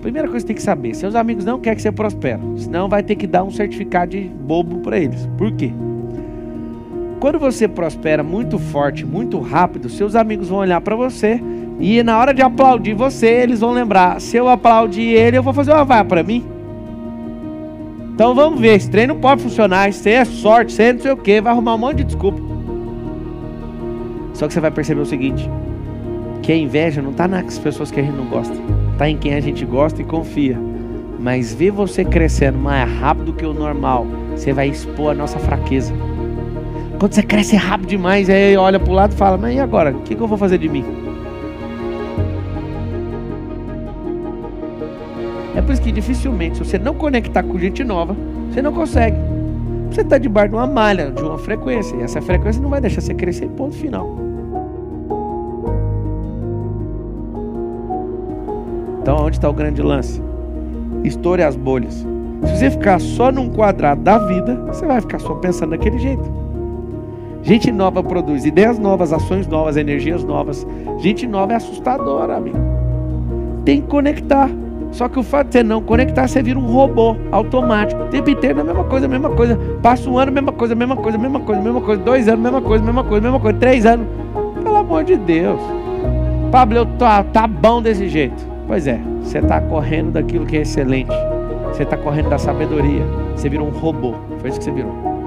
Primeira coisa que você tem que saber, seus amigos não querem que você prospere, senão vai ter que dar um certificado de bobo para eles. Por quê? Quando você prospera muito forte, muito rápido, seus amigos vão olhar para você e na hora de aplaudir você, eles vão lembrar, se eu aplaudir ele, eu vou fazer uma vaia para mim. Então vamos ver, esse trem não pode funcionar, isso é sorte, isso é não sei o que, vai arrumar um monte de desculpa. Só que você vai perceber o seguinte, que a inveja não está nas pessoas que a gente não gosta, está em quem a gente gosta e confia. Mas ver você crescendo mais rápido que o normal, você vai expor a nossa fraqueza. Quando você cresce rápido demais, aí olha pro lado e fala, mas e agora? O que eu vou fazer de mim? É por isso que dificilmente, se você não conectar com gente nova, você não consegue. Você está debaixo de uma malha, de uma frequência. E essa frequência não vai deixar você crescer, ponto final. Então onde está o grande lance? Estoure as bolhas. Se você ficar só num quadrado da vida, você vai ficar só pensando daquele jeito. Gente nova produz ideias novas, ações novas, energias novas. Gente nova é assustadora, amigo. Tem que conectar. Só que o fato de você não conectar, você vira um robô automático. O tempo inteiro é a mesma coisa, a mesma coisa. Passa um ano, mesma coisa, mesma coisa, mesma coisa, mesma coisa. 2 anos, mesma coisa, mesma coisa, mesma coisa. 3 anos. Pelo amor de Deus. Pablo, tá bom desse jeito. Pois é, você está correndo daquilo que é excelente. Você está correndo da sabedoria. Você virou um robô. Foi isso que você virou.